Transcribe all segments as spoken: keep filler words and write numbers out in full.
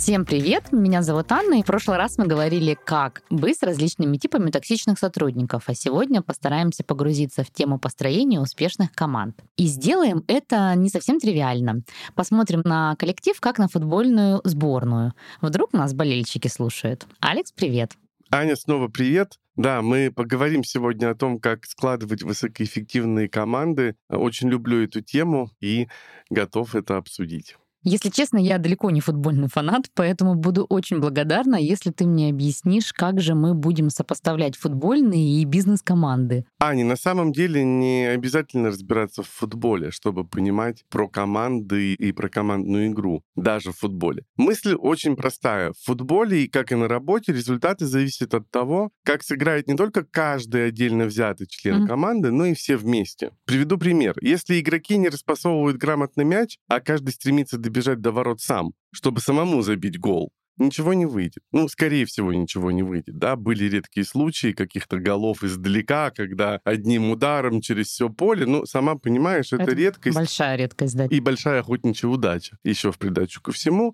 Всем привет, меня зовут Анна, и в прошлый раз мы говорили, как быть с различными типами токсичных сотрудников, а сегодня постараемся погрузиться в тему построения успешных команд. И сделаем это не совсем тривиально. Посмотрим на коллектив, как на футбольную сборную. Вдруг нас болельщики слушают. Алекс, привет. Аня, снова привет. Да, мы поговорим сегодня о том, как складывать высокоэффективные команды. Очень люблю эту тему и готов это обсудить. Если честно, я далеко не футбольный фанат, поэтому буду очень благодарна, если ты мне объяснишь, как же мы будем сопоставлять футбольные и бизнес-команды. Аня, на самом деле не обязательно разбираться в футболе, чтобы понимать про команды и про командную игру, даже в футболе. Мысль очень простая. В футболе, как и на работе, результаты зависят от того, как сыграет не только каждый отдельно взятый член mm-hmm. команды, но и все вместе. Приведу пример. Если игроки не распасовывают грамотно мяч, а каждый стремится добежать до ворот сам, чтобы самому забить гол, ничего не выйдет. Ну, скорее всего, ничего не выйдет. Да, были редкие случаи каких-то голов издалека, когда одним ударом через все поле, ну, сама понимаешь, это, это редкость. Большая редкость, да. И большая охотничья удача. Еще в придачу ко всему.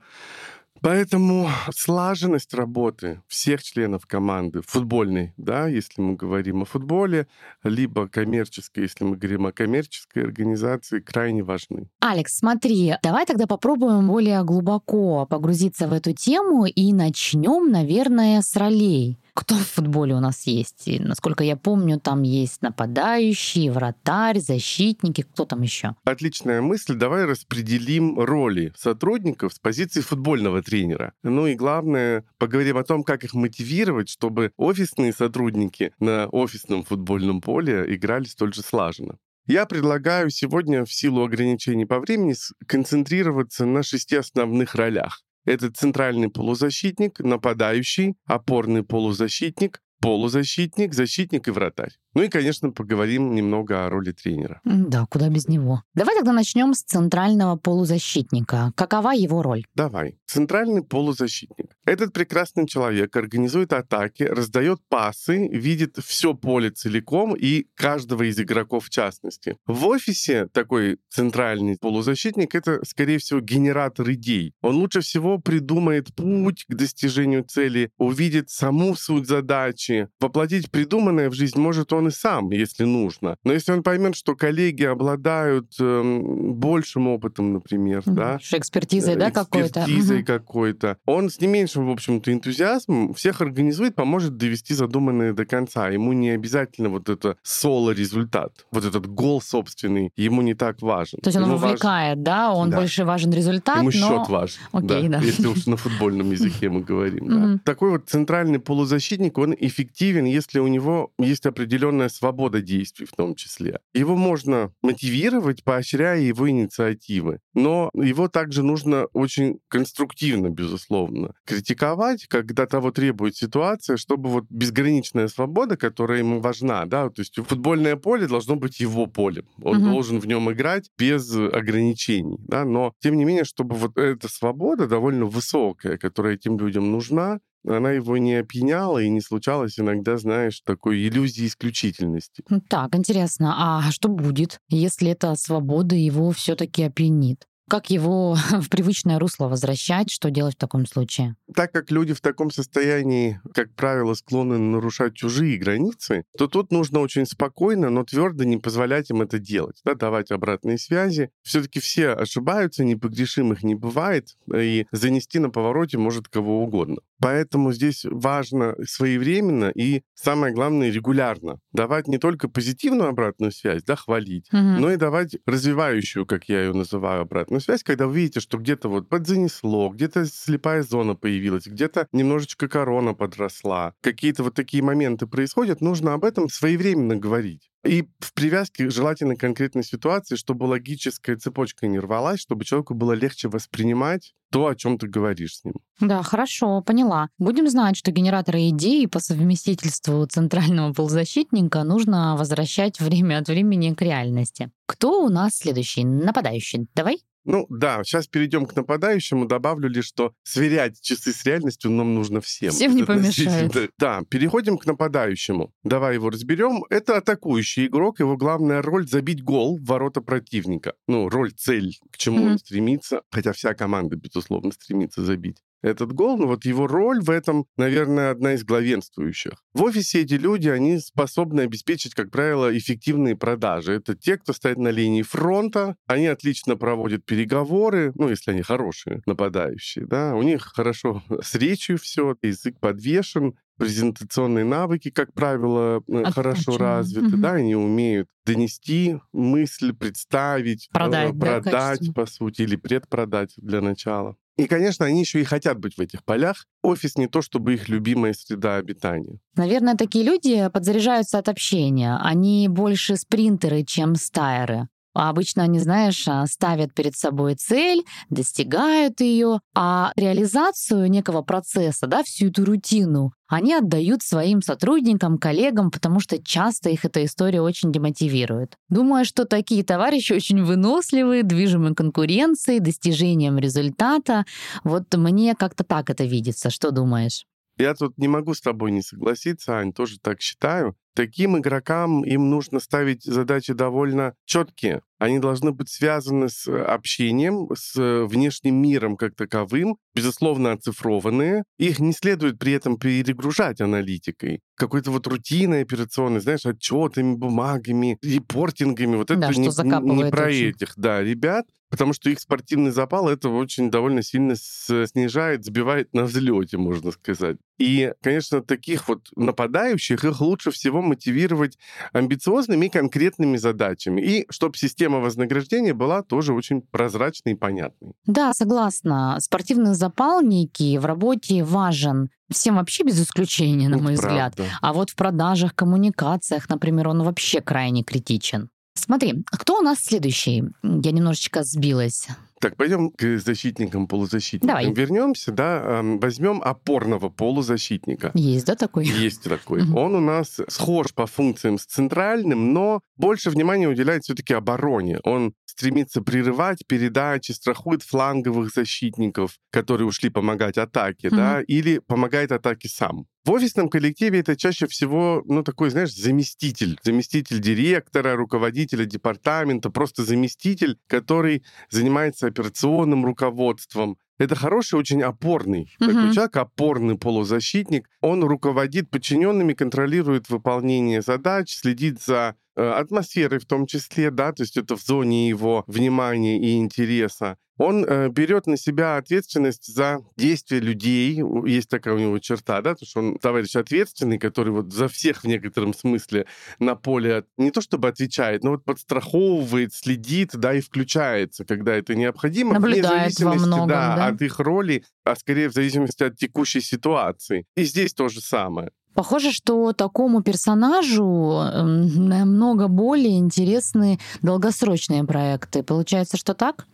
Поэтому слаженность работы всех членов команды, футбольной, да, если мы говорим о футболе, либо коммерческой, если мы говорим о коммерческой организации, крайне важны. Алекс, смотри, давай тогда попробуем более глубоко погрузиться в эту тему и начнем, наверное, с ролей. Кто в футболе у нас есть? И, насколько я помню, там есть нападающий, вратарь, защитники, кто там еще? Отличная мысль. Давай распределим роли сотрудников с позиции футбольного тренера. Ну и главное, поговорим о том, как их мотивировать, чтобы офисные сотрудники на офисном футбольном поле играли столь же слаженно. Я предлагаю сегодня в силу ограничений по времени концентрироваться на шести основных ролях. Это центральный полузащитник, нападающий, опорный полузащитник, полузащитник, защитник и вратарь. Ну и, конечно, поговорим немного о роли тренера. Да, куда без него. Давай тогда начнем с центрального полузащитника. Какова его роль? Давай. Центральный полузащитник. Этот прекрасный человек организует атаки, раздает пасы, видит все поле целиком и каждого из игроков в частности. В офисе такой центральный полузащитник — это, скорее всего, генератор идей. Он лучше всего придумает путь к достижению цели, увидит саму суть задачи. Воплотить придуманное в жизнь может он и сам, если нужно. Но если он поймет, что коллеги обладают э, большим опытом, например, mm-hmm. да, экспертизой, да, какой-то, экспертизой mm-hmm. какой-то, он с не меньшим, в общем-то, энтузиазмом всех организует, поможет довести задуманное до конца. Ему не обязательно вот это соло-результат, вот этот гол собственный, ему не так важен. То есть он ему вовлекает, важен... да, он да. больше важен результат, ему но... счет важен, okay, да, да. если уж на футбольном языке мы говорим. Mm-hmm. Да. Такой вот центральный полузащитник, он эффективен, если у него есть определенная свобода действий в том числе. Его можно мотивировать, поощряя его инициативы, но его также нужно очень конструктивно, безусловно, критиковать, когда того требует ситуация, чтобы вот безграничная свобода, которая ему важна, да, то есть футбольное поле должно быть его полем, он угу. должен в нем играть без ограничений, да, но тем не менее, чтобы вот эта свобода довольно высокая, которая этим людям нужна, она его не опьяняла и не случалось иногда, знаешь, такой иллюзии исключительности. Так, интересно, а что будет, если эта свобода его все-таки опьянит? Как его в привычное русло возвращать? Что делать в таком случае? Так как люди в таком состоянии, как правило, склонны нарушать чужие границы, то тут нужно очень спокойно, но твердо не позволять им это делать, да, давать обратные связи. Все-таки все ошибаются, непогрешимых не бывает, и занести на повороте может кого угодно. Поэтому здесь важно своевременно и, самое главное, регулярно давать не только позитивную обратную связь, да, хвалить, угу. но и давать развивающую, как я ее называю, обратную связь, когда вы видите, что где-то вот подзанесло, где-то слепая зона появилась, где-то немножечко корона подросла. Какие-то вот такие моменты происходят, нужно об этом своевременно говорить. И в привязке желательно к конкретной ситуации, чтобы логическая цепочка не рвалась, чтобы человеку было легче воспринимать то, о чем ты говоришь с ним. Да, хорошо, поняла. Будем знать, что генераторы идей по совместительству центрального полузащитника нужно возвращать время от времени к реальности. Кто у нас следующий? Нападающий. Давай? Ну да, сейчас перейдем к нападающему. Добавлю лишь, что сверять часы с реальностью нам нужно всем. Всем не помешает. Да, переходим к нападающему. Давай его разберем. Это атакующий игрок. Его главная роль — забить гол в ворота противника. Ну, роль, цель, к чему mm-hmm. он стремится. Хотя вся команда, безусловно, стремится забить. этот гол, но вот его роль в этом, наверное, одна из главенствующих. В офисе эти люди, они способны обеспечить, как правило, эффективные продажи. Это те, кто стоит на линии фронта, они отлично проводят переговоры, ну, если они хорошие нападающие, да, у них хорошо с речью все, язык подвешен, презентационные навыки, как правило, Отлично. Хорошо развиты, угу. да, они умеют донести мысль, представить, продать, продать да, по сути, или предпродать для начала. И, конечно, они еще и хотят быть в этих полях. Офис не то, чтобы их любимая среда обитания. Наверное, такие люди подзаряжаются от общения. Они больше спринтеры, чем стайеры. А обычно они, знаешь, ставят перед собой цель, достигают ее, а реализацию некого процесса, да, всю эту рутину, они отдают своим сотрудникам, коллегам, потому что часто их эта история очень демотивирует. Думаю, что такие товарищи очень выносливые, движимы конкуренцией, достижением результата. Вот мне как-то так это видится. Что думаешь? Я тут не могу с тобой не согласиться, Ань, тоже так считаю. Таким игрокам им нужно ставить задачи довольно четкие. Они должны быть связаны с общением, с внешним миром как таковым, безусловно, оцифрованные. Их не следует при этом перегружать аналитикой. Какой-то вот рутиной операционной, знаешь, отчетами, бумагами, репортингами. Вот да, это не, не про очень. этих, да, ребят. Потому что их спортивный запал это очень довольно сильно снижает, сбивает на взлете, можно сказать. И, конечно, таких вот нападающих, их лучше всего мотивировать амбициозными и конкретными задачами. И чтобы система вознаграждения была тоже очень прозрачной и понятной. Да, согласна. Спортивный запал некий в работе важен. Всем вообще без исключения, на мой взгляд. А вот в продажах, коммуникациях, например, он вообще крайне критичен. Смотри, кто у нас следующий? Я немножечко сбилась. Так, пойдем к защитникам, полузащитникам. Давай. Вернемся, да, возьмем опорного полузащитника. Есть, да, такой? Есть такой. Mm-hmm. Он у нас схож по функциям с центральным, но больше внимания уделяет все-таки обороне. Он стремится прерывать передачи, страхует фланговых защитников, которые ушли помогать атаке, mm-hmm. да, или помогает атаке сам. В офисном коллективе это чаще всего, ну, такой, знаешь, заместитель. Заместитель директора, руководителя департамента, просто заместитель, который занимается операционным руководством. Это хороший, очень опорный uh-huh. такой человек, опорный полузащитник. Он руководит подчиненными, контролирует выполнение задач, следит за э, атмосферой в том числе, да, то есть это в зоне его внимания и интереса. Он э, берет на себя ответственность за действия людей. Есть такая у него черта, да, потому что он товарищ ответственный, который вот за всех в некотором смысле на поле не то чтобы отвечает, но вот подстраховывает, следит, да, и включается, когда это необходимо. Наблюдает во многом, да, да, от их роли, а скорее в зависимости от текущей ситуации. И здесь то же самое. Похоже, что такому персонажу намного более интересны долгосрочные проекты. Получается, что так?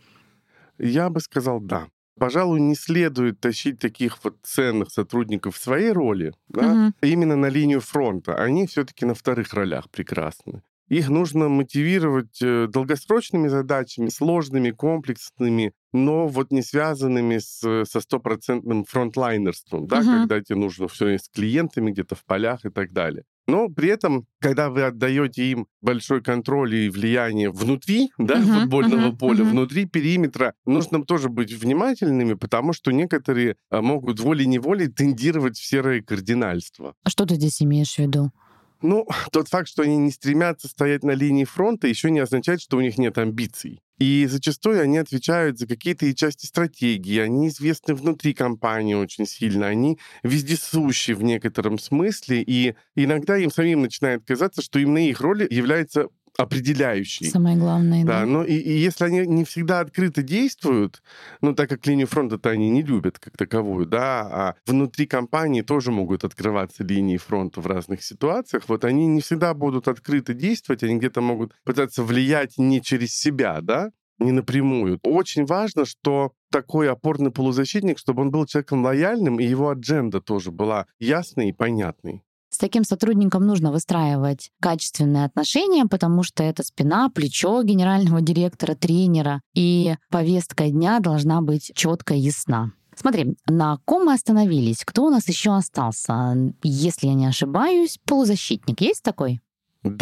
Я бы сказал, да. Пожалуй, не следует тащить таких вот ценных сотрудников в своей роли, да, угу. именно на линию фронта. Они все-таки на вторых ролях прекрасны. Их нужно мотивировать долгосрочными задачами, сложными, комплексными, но вот не связанными с, со стопроцентным фронтлайнерством, да, угу. когда тебе нужно все с клиентами где-то в полях и так далее. Но при этом, когда вы отдаете им большой контроль и влияние внутри, да, uh-huh, футбольного uh-huh, поля, uh-huh. внутри периметра, нужно тоже быть внимательными, потому что некоторые могут волей-неволей тендировать в серое кардинальство. А что ты здесь имеешь в виду? Ну, тот факт, что они не стремятся стоять на линии фронта, еще не означает, что у них нет амбиций. И зачастую они отвечают за какие-то части стратегии, они известны внутри компании очень сильно, они вездесущи в некотором смысле, и иногда им самим начинает казаться, что именно их роль является определяющий. Самое главное, да. Да, но и, и если они не всегда открыто действуют, ну, так как линию фронта-то они не любят как таковую, да, а внутри компании тоже могут открываться линии фронта в разных ситуациях, вот они не всегда будут открыто действовать, они где-то могут пытаться влиять не через себя, да, не напрямую. Очень важно, что такой опорный полузащитник, чтобы он был человеком лояльным, и его адженда тоже была ясной и понятной. С таким сотрудником нужно выстраивать качественные отношения, потому что это спина, плечо генерального директора, тренера, и повестка дня должна быть четко ясна. Смотри, на ком мы остановились? Кто у нас еще остался? Если я не ошибаюсь, полузащитник. Есть такой? Да,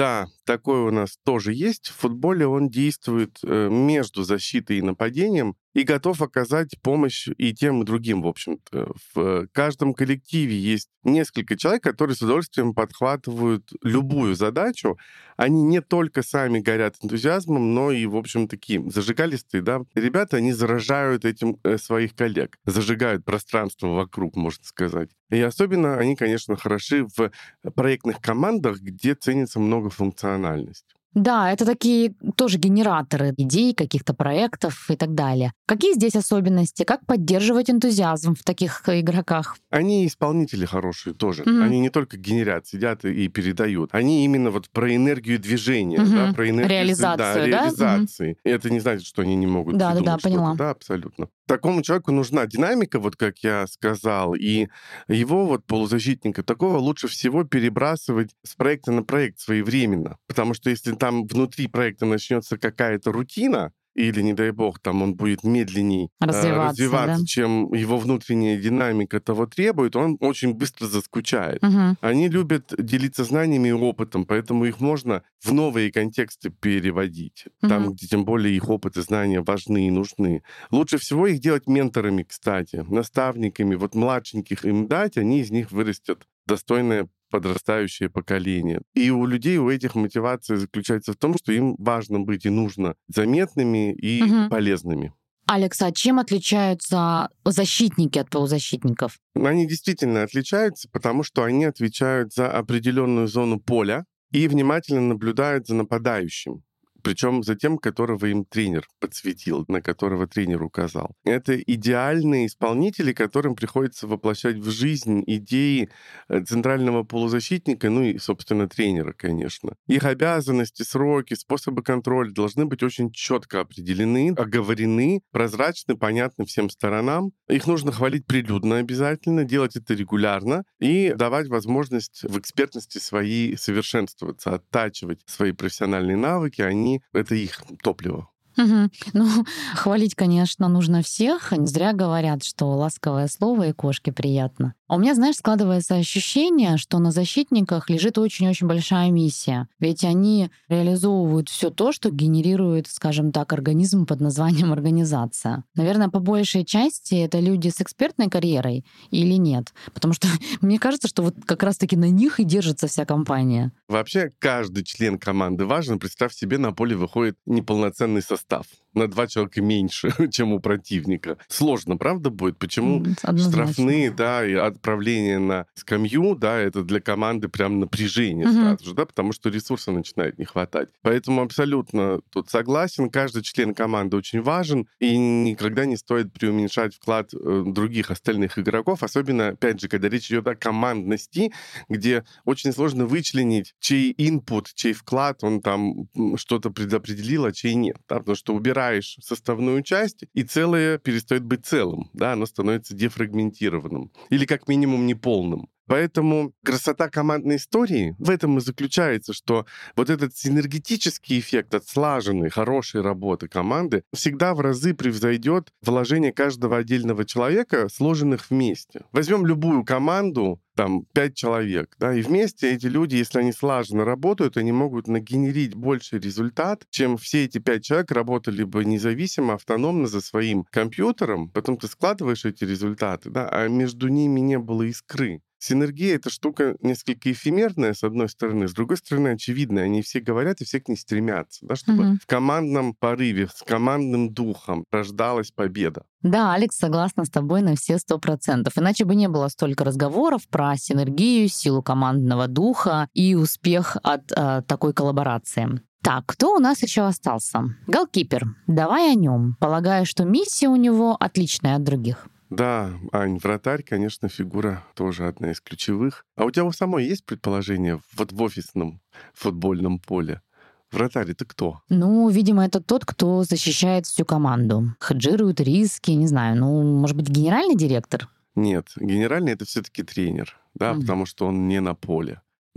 такой у нас тоже есть. В футболе он действует между защитой и нападением и готов оказать помощь и тем, и другим, в общем-то. В каждом коллективе есть несколько человек, которые с удовольствием подхватывают любую задачу. Они не только сами горят энтузиазмом, но и, в общем, такие зажигалистые, да, ребята, они заражают этим своих коллег, зажигают пространство вокруг, можно сказать. И особенно они, конечно, хороши в проектных командах, где ценится многофункциональность. Да, это такие тоже генераторы идей, каких-то проектов и так далее. Какие здесь особенности? Как поддерживать энтузиазм в таких игроках? Они исполнители хорошие тоже. Мгм. Они не только генерят, сидят и и передают. Они именно вот про энергию движения, Мгм. да, про энергию... Реализацию, да, да? Мгм. реализации. И это не значит, что они не могут Да-да-да, придумать что-то. поняла. Да, абсолютно. Такому человеку нужна динамика, вот как я сказал, и его вот полузащитника такого лучше всего перебрасывать с проекта на проект своевременно. Потому что если там внутри проекта начнется какая-то рутина, или, не дай бог, там он будет медленней э, Развиваться, развиваться, да? чем его внутренняя динамика того требует, он очень быстро заскучает. Мгм. Они любят делиться знаниями и опытом, поэтому их можно в новые контексты переводить. Там, Мгм. где тем более их опыт и знания важны и нужны. Лучше всего их делать менторами, кстати, наставниками. Вот младшеньких им дать, они из них вырастят достойное подрастающее поколение. И у людей, у этих мотивация заключается в том, что им важно быть и нужно заметными и Мгм. полезными. Алекс, а чем отличаются защитники от полузащитников? Они действительно отличаются, потому что они отвечают за определенную зону поля и внимательно наблюдают за нападающим. Причем за тем, которого им тренер подсветил, на которого тренер указал. Это идеальные исполнители, которым приходится воплощать в жизнь идеи э, центрального полузащитника, ну и, собственно, тренера, конечно. Их обязанности, сроки, способы контроля должны быть очень четко определены, оговорены, прозрачны, понятны всем сторонам. Их нужно хвалить прилюдно обязательно, делать это регулярно и давать возможность в экспертности своей совершенствоваться, оттачивать свои профессиональные навыки. Они это их топливо. Мгм. Ну, хвалить, конечно, нужно всех. Не зря говорят, что ласковое слово и кошке приятно. А у меня, знаешь, складывается ощущение, что на защитниках лежит очень-очень большая миссия. Ведь они реализовывают все то, что генерирует, скажем так, организм под названием организация. Наверное, по большей части это люди с экспертной карьерой или нет? Потому что мне кажется, что вот как раз-таки на них и держится вся компания. Вообще, каждый член команды важен. Представь себе, на поле выходит неполноценный состав. На два человека меньше, чем у противника. Сложно, правда, будет? Почему М, Однозначно. штрафные, да, и отправление на скамью, да, это для команды прям напряжение Мгм. сразу же, да, потому что ресурса начинает не хватать. Поэтому абсолютно тут согласен. Каждый член команды очень важен, и никогда не стоит преуменьшать вклад э, других остальных игроков, особенно, опять же, когда речь идет о командности, где очень сложно вычленить, чей инпут, чей вклад, он там м, что-то предопределил, а чей нет, да, потому что убираешь составную часть, и целое перестает быть целым, да, оно становится дефрагментированным или как минимум неполным. Поэтому красота командной истории в этом и заключается, что вот этот синергетический эффект от слаженной, хорошей работы команды всегда в разы превзойдет вложение каждого отдельного человека, сложенных вместе. Возьмем любую команду, там, пять человек, да, и вместе эти люди, если они слаженно работают, они могут нагенерить больший результат, чем все эти пять человек работали бы независимо, автономно за своим компьютером, потом ты складываешь эти результаты, да, а между ними не было искры. Синергия — это штука несколько эфемерная, с одной стороны, с другой стороны, очевидная. Они все говорят и все к ней стремятся, да, чтобы Мгм. в командном порыве, с командным духом рождалась победа. Да, Алекс, согласна с тобой на все сто процентов. Иначе бы не было столько разговоров про синергию, силу командного духа и успех от э, такой коллаборации. Так, кто у нас еще остался? Голкипер. Давай о нем. Полагаю, что миссия у него отличная от других. Да, Ань, вратарь, конечно, фигура тоже одна из ключевых. А у тебя у самой есть предположение вот в офисном футбольном поле? Вратарь — это кто? Ну, видимо, это тот, кто защищает всю команду. Хеджирует риски, не знаю, ну, может быть, генеральный директор? Нет, генеральный — это все таки тренер, да, Мгм. потому что он не на поле.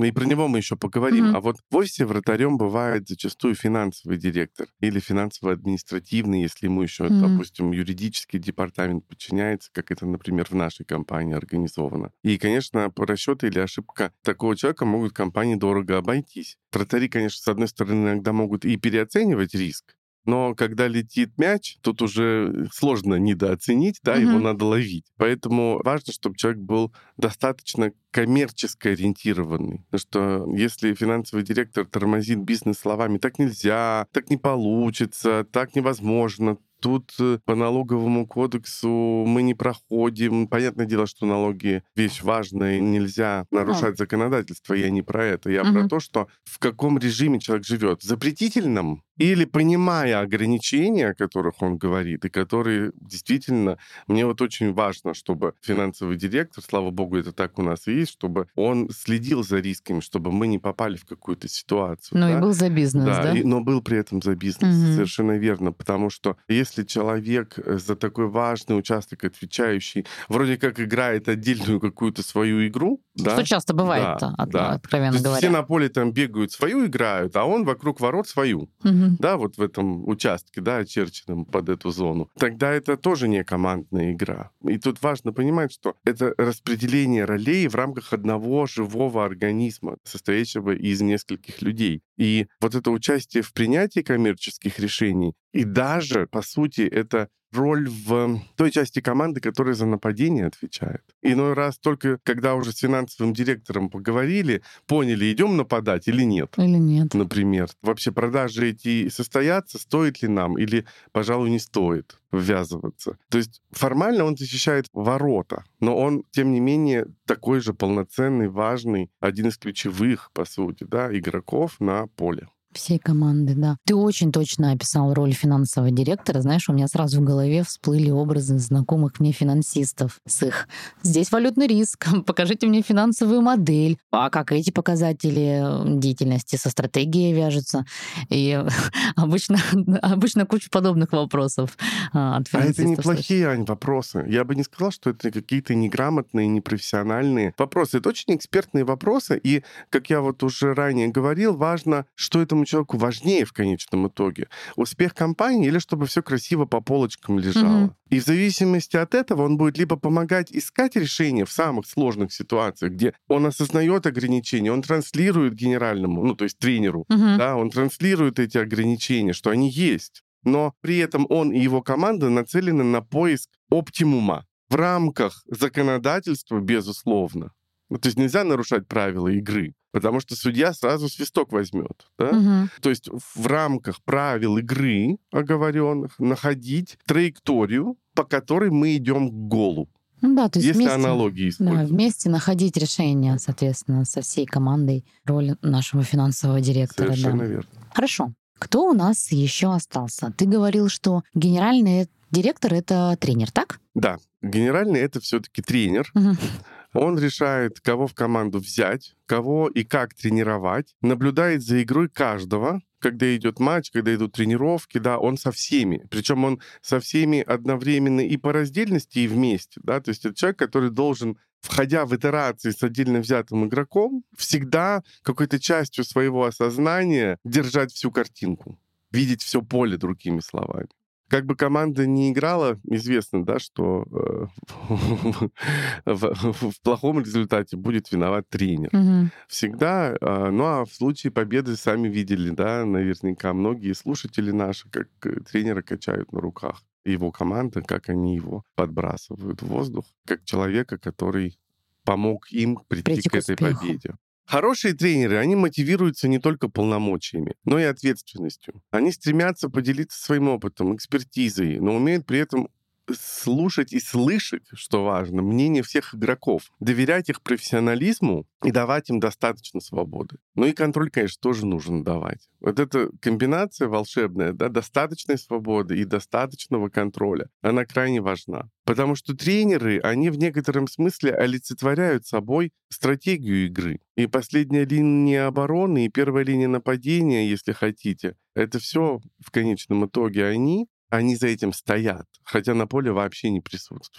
И про него мы еще поговорим. Мгм. А вот в офисе вратарем бывает зачастую финансовый директор или финансово-административный, если ему еще, Мгм. допустим, юридический департамент подчиняется, как это, например, в нашей компании организовано. И, конечно, по расчету или ошибка такого человека могут компании дорого обойтись. Вратари, конечно, с одной стороны, иногда могут и переоценивать риск, но когда летит мяч, тут уже сложно недооценить, да, его Мгм. надо ловить. Поэтому важно, чтобы человек был достаточно коммерчески ориентированный. Потому что если финансовый директор тормозит бизнес словами «так нельзя», «так не получится», «так невозможно», тут э, по налоговому кодексу мы не проходим. Понятное дело, что налоги — вещь важная, и нельзя Ну, нарушать законодательство. Я не про это. Я про мгм. то, что в каком режиме человек живет. В запретительном или понимая ограничения, о которых он говорит, и которые действительно... Мне вот очень важно, чтобы финансовый директор, слава богу, это так у нас и есть, чтобы он следил за рисками, чтобы мы не попали в какую-то ситуацию. Ну и Да? был за бизнес, Да, да? и- но был при этом за бизнес, Мгм. совершенно верно, потому что если человек э, за такой важный участок отвечающий, вроде как играет отдельную какую-то свою игру, Что да, часто бывает, да, от- да. То откровенно есть все говоря. на поле там бегают, свою играют, а он вокруг ворот свою, Мгм. да, вот в этом участке, да, очерченном под эту зону. Тогда это тоже не командная игра. И тут важно понимать, что это распределение ролей в рамках одного живого организма, состоящего из нескольких людей. И вот это участие в принятии коммерческих решений, и даже, по сути, это роль в той части команды, которая за нападение отвечает. Иной раз только когда уже с финансовым директором поговорили, поняли, идем нападать или нет. Или нет? Например, вообще продажи эти состоятся, стоит ли нам или, пожалуй, не стоит ввязываться. То есть формально он защищает ворота, но он, тем не менее, такой же полноценный, важный, один из ключевых, по сути, да, игроков на поле. Всей команды, да. Ты очень точно описал роль финансового директора. Знаешь, у меня сразу в голове всплыли образы знакомых мне финансистов с их «здесь валютный риск, покажите мне финансовую модель». А как эти показатели деятельности со стратегией вяжутся? И обычно, обычно куча подобных вопросов а, от А это финансистов. слышишь. неплохие, Ань, вопросы. Я бы не сказал, что это какие-то неграмотные, непрофессиональные вопросы. Это очень экспертные вопросы. И, как я вот уже ранее говорил, важно, что этому человеку важнее в конечном итоге. Успех компании или чтобы все красиво по полочкам лежало. Мгм. И в зависимости от этого он будет либо помогать искать решения в самых сложных ситуациях, где он осознает ограничения, он транслирует генеральному, ну, то есть тренеру, Мгм. да, он транслирует эти ограничения, что они есть. Но при этом он и его команда нацелены на поиск оптимума в рамках законодательства, безусловно. Ну, то есть нельзя нарушать правила игры, потому что судья сразу свисток возьмет. Да? Мгм. То есть в рамках правил игры оговоренных находить траекторию, по которой мы идем к голу. Ну да, то есть Если вместе, аналогии да, использовать. вместе находить решение, соответственно, со всей командой, роль нашего финансового директора. Да. Совершенно верно. Хорошо. Кто у нас еще остался? Ты говорил, что генеральный директор — это тренер, так? Да, генеральный — это все-таки тренер. Мгм. Он решает, кого в команду взять, кого и как тренировать, наблюдает за игрой каждого, когда идет матч, когда идут тренировки, да, он со всеми. Причем он со всеми одновременно и по раздельности, и вместе, да, то есть это человек, который должен, входя в итерации с отдельно взятым игроком, всегда какой-то частью своего осознания держать всю картинку, видеть все поле, другими словами. Как бы команда не играла, известно, да, что э, в, в плохом результате будет виноват тренер. Мгм. Всегда. э, Ну а в случае победы сами видели, да, наверняка многие слушатели наши, как э, тренера качают на руках. Его команда, как они его подбрасывают в воздух, как человека, который помог им прийти Прийти к к этой успеху. победе. Хорошие тренеры, они мотивируются не только полномочиями, но и ответственностью. Они стремятся поделиться своим опытом, экспертизой, но умеют при этом слушать и слышать, что важно, мнение всех игроков, доверять их профессионализму и давать им достаточно свободы. Ну и контроль, конечно, тоже нужно давать. Вот эта комбинация волшебная, да, достаточной свободы и достаточного контроля, она крайне важна. Потому что тренеры, они в некотором смысле олицетворяют собой стратегию игры. И последняя линия обороны, и первая линия нападения, если хотите, это все в конечном итоге они, они за этим стоят, хотя на поле вообще не присутствуют.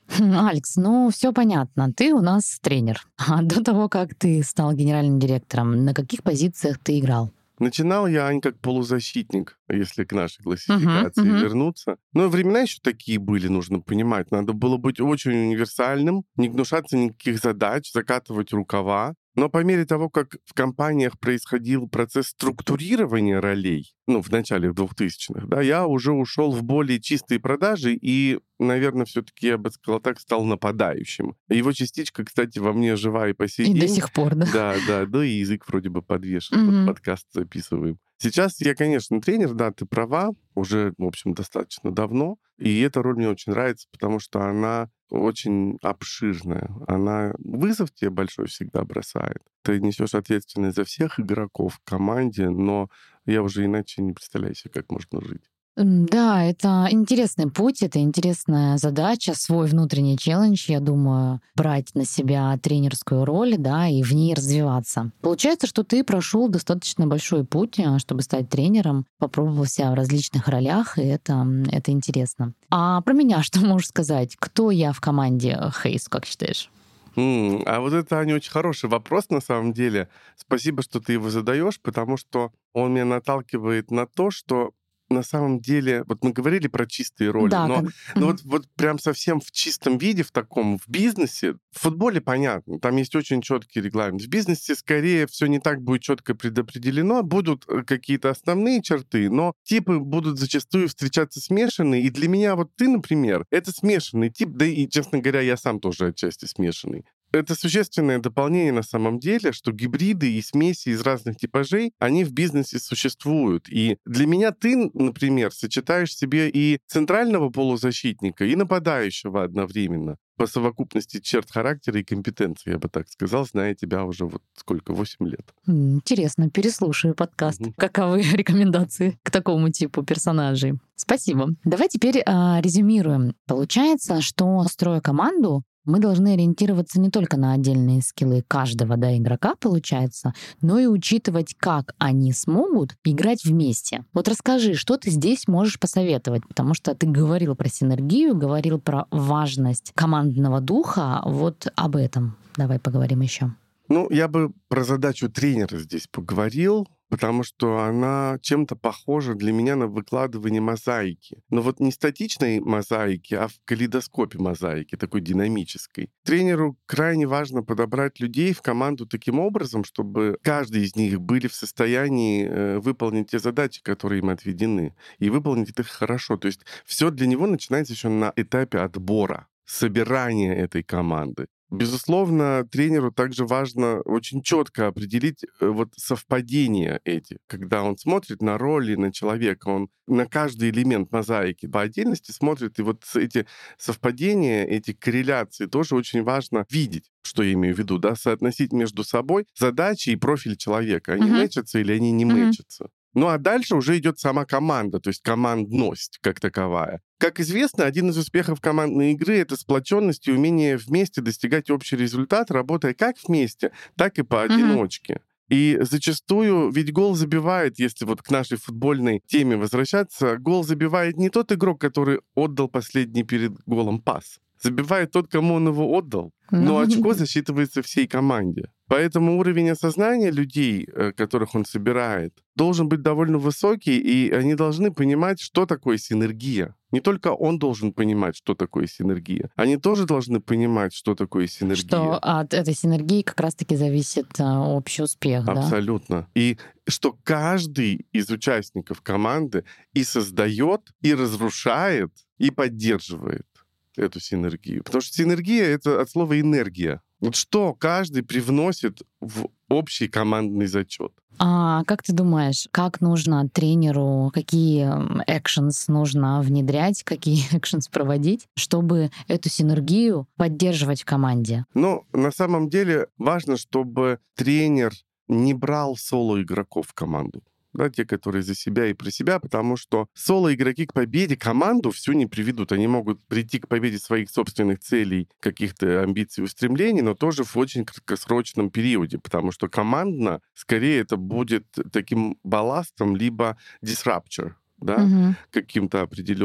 Алекс, ну все понятно. Ты у нас тренер. А до того, как ты стал генеральным директором, на каких позициях ты играл? Начинал я, Ань, как полузащитник, если к нашей Мгм, классификации мгм. вернуться. Но времена еще такие были, нужно понимать. Надо было быть очень универсальным, не гнушаться никаких задач, закатывать рукава. Но по мере того, как в компаниях происходил процесс структурирования ролей, ну, в начале двухтысячных, да, я уже ушел в более чистые продажи и, наверное, все-таки, я бы сказал так, стал нападающим. Его частичка, кстати, во мне жива и по сей И до день. сих пор, да? Да, да, да, и язык вроде бы подвешен. Вот Мгм. подкаст записываем. Сейчас я, конечно, тренер, да, ты права, уже, в общем, достаточно давно. И эта роль мне очень нравится, потому что она очень обширная. Она вызов тебе большой всегда бросает. Ты несешь ответственность за всех игроков в команде, но я уже иначе не представляю себе, как можно жить. М, Да, это интересный путь, это интересная задача, свой внутренний челлендж, я думаю, брать на себя тренерскую роль, да, и в ней развиваться. Получается, что ты прошел достаточно большой путь, а, чтобы стать тренером, попробовал себя в различных ролях, и это, м, это интересно. А про меня что можешь сказать? Кто я в команде Хейс, как считаешь? М, А вот это, Аня, очень хороший вопрос на самом деле. Спасибо, что ты его задаешь, потому что он меня наталкивает на то, что на самом деле, вот мы говорили про чистые роли, Да, но как... ну Мгм. вот, вот прям совсем в чистом виде, в таком, в бизнесе, в футболе понятно, там есть очень четкий регламент. В бизнесе скорее все не так будет четко предопределено, будут э, какие-то основные черты, но типы будут зачастую встречаться смешанные, и для меня вот ты, например, это смешанный тип, да и, честно говоря, я сам тоже отчасти смешанный. Это существенное дополнение на самом деле, что гибриды и смеси из разных типажей, они в бизнесе существуют. И для меня ты, например, сочетаешь в себе и центрального полузащитника, и нападающего одновременно по совокупности черт характера и компетенции, я бы так сказал, зная тебя уже вот сколько, восемь лет. М, Интересно, переслушаю подкаст. Мгм. Каковы рекомендации к такому типу персонажей? Спасибо. Давай теперь а, резюмируем. Получается, что, строя команду, мы должны ориентироваться не только на отдельные скиллы каждого, да, игрока, получается, но и учитывать, как они смогут играть вместе. Вот расскажи, что ты здесь можешь посоветовать, потому что ты говорил про синергию, говорил про важность командного духа. Вот об этом давай поговорим еще. Ну, я бы про задачу тренера здесь поговорил, потому что она чем-то похожа для меня на выкладывание мозаики. Но вот не статичной мозаики, а в калейдоскопе мозаики, такой динамической. Тренеру крайне важно подобрать людей в команду таким образом, чтобы каждый из них были в состоянии э, выполнить те задачи, которые им отведены, и выполнить их хорошо. То есть все для него начинается еще на этапе отбора, собирания этой команды. Безусловно, тренеру также важно очень четко определить э, вот совпадения эти. Когда он смотрит на роли, на человека, он на каждый элемент мозаики по отдельности смотрит, и вот с- эти совпадения, эти корреляции тоже очень важно видеть, что я имею в виду, да, соотносить между собой задачи и профиль человека. Они Мгм. мэчатся или они не Мгм. мэчатся. Ну а дальше уже идет сама команда, то есть командность как таковая. Как известно, один из успехов командной игры — это сплоченность и умение вместе достигать общий результат, работая как вместе, так и Мгм. поодиночке. И зачастую ведь гол забивает, если вот к нашей футбольной теме возвращаться, гол забивает не тот игрок, который отдал последний перед голом пас. Забивает тот, кому он его отдал. Но Ну, очко засчитывается всей команде. Поэтому уровень осознания людей, э, которых он собирает, должен быть довольно высокий, и они должны понимать, что такое синергия. Не только он должен понимать, что такое синергия. Они тоже должны понимать, что такое что синергия. от этой синергии как раз-таки зависит а, общий успех, да? Абсолютно. И что каждый из участников команды и создает, и разрушает, и поддерживает эту синергию. Потому что синергия — это от слова энергия. Вот что каждый привносит в общий командный зачет. А как ты думаешь, как нужно тренеру, какие экшенс нужно внедрять, какие экшенс проводить, чтобы эту синергию поддерживать в команде? Но на самом деле важно, чтобы тренер не брал соло-игроков в команду. Да, те, которые за себя и про себя, потому что соло-игроки к победе команду всю не приведут. Они могут прийти к победе своих собственных целей, каких-то амбиций, устремлений, но тоже в очень краткосрочном периоде, потому что командно, скорее, это будет таким балластом, либо disruptor, да, Мгм. каким-то определенным.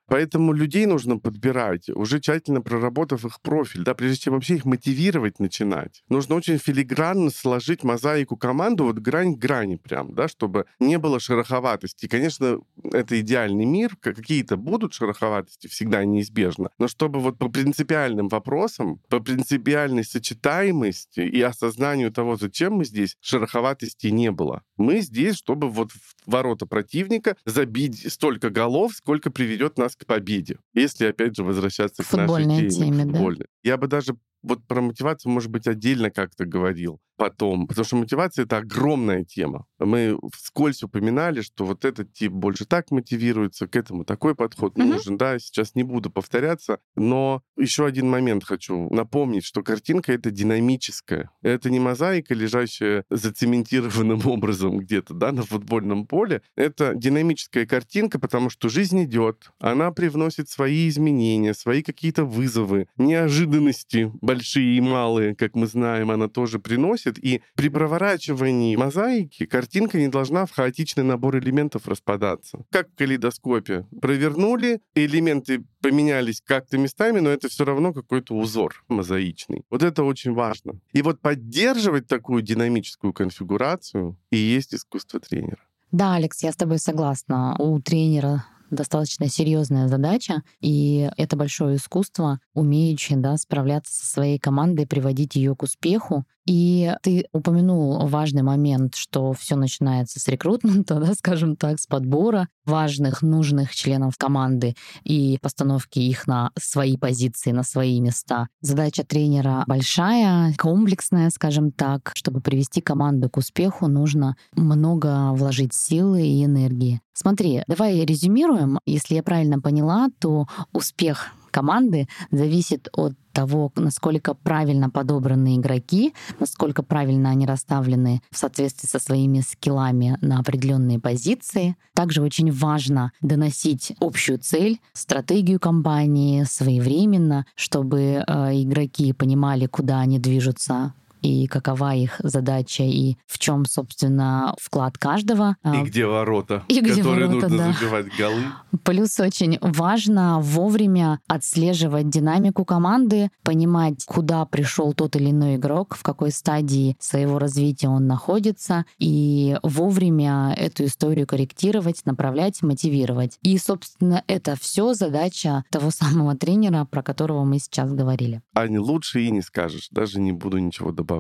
Поэтому людей нужно подбирать, уже тщательно проработав их профиль, да, прежде чем вообще их мотивировать начинать. Нужно очень филигранно сложить мозаику команду, вот грань к грани прям, да, чтобы не было шероховатости. И, конечно, это идеальный мир, какие-то будут шероховатости, всегда неизбежно, но чтобы вот по принципиальным вопросам, по принципиальной сочетаемости и осознанию того, зачем мы здесь, шероховатости не было. Мы здесь, чтобы вот в ворота противника забить столько голов, сколько приведет нас к победе. Если, опять же, возвращаться к нашей теме, теме, футбольной. Да? Я бы даже вот про мотивацию, может быть, отдельно как-то говорил потом, потому что мотивация — это огромная тема. Мы вскользь упоминали, что вот этот тип больше так мотивируется, к этому такой подход mm-hmm. нужен, да, сейчас не буду повторяться, но еще один момент хочу напомнить, что картинка — это динамическая. Это не мозаика, лежащая зацементированным образом где-то, да, на футбольном поле. Это динамическая картинка, потому что жизнь идет, она привносит свои изменения, свои какие-то вызовы, неожиданности большие и малые, как мы знаем, она тоже приносит. И при проворачивании мозаики картинка не должна в хаотичный набор элементов распадаться. Как в калейдоскопе. Провернули, элементы поменялись как-то местами, но это все равно какой-то узор мозаичный. Вот это очень важно. И вот поддерживать такую динамическую конфигурацию и есть искусство тренера. Да, Алекс, я с тобой согласна. У тренера достаточно серьезная задача, и это большое искусство, умеющее, да, справляться со своей командой, приводить ее к успеху. И ты упомянул важный момент, что все начинается с рекрутмента, да, скажем так, с подбора важных, нужных членов команды и постановки их на свои позиции, на свои места. Задача тренера большая, комплексная, скажем так. Чтобы привести команду к успеху, нужно много вложить силы и энергии. Смотри, давай резюмируем. Если я правильно поняла, то успех команды зависит от того, насколько правильно подобраны игроки, насколько правильно они расставлены в соответствии со своими скиллами на определенные позиции. Также очень важно доносить общую цель, стратегию компании своевременно, чтобы э, игроки понимали, куда они движутся и какова их задача, и в чем, собственно, вклад каждого. И где ворота, и где которые ворота, нужно да. забивать голы. Плюс очень важно вовремя отслеживать динамику команды, понимать, куда пришел тот или иной игрок, в какой стадии своего развития он находится, и вовремя эту историю корректировать, направлять, мотивировать. И, собственно, это все задача того самого тренера, про которого мы сейчас говорили. Аня, лучше и не скажешь, даже не буду ничего добавлять.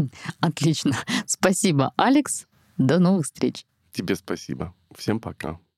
Отлично. Спасибо, Алекс. До новых встреч. Тебе спасибо. Всем пока.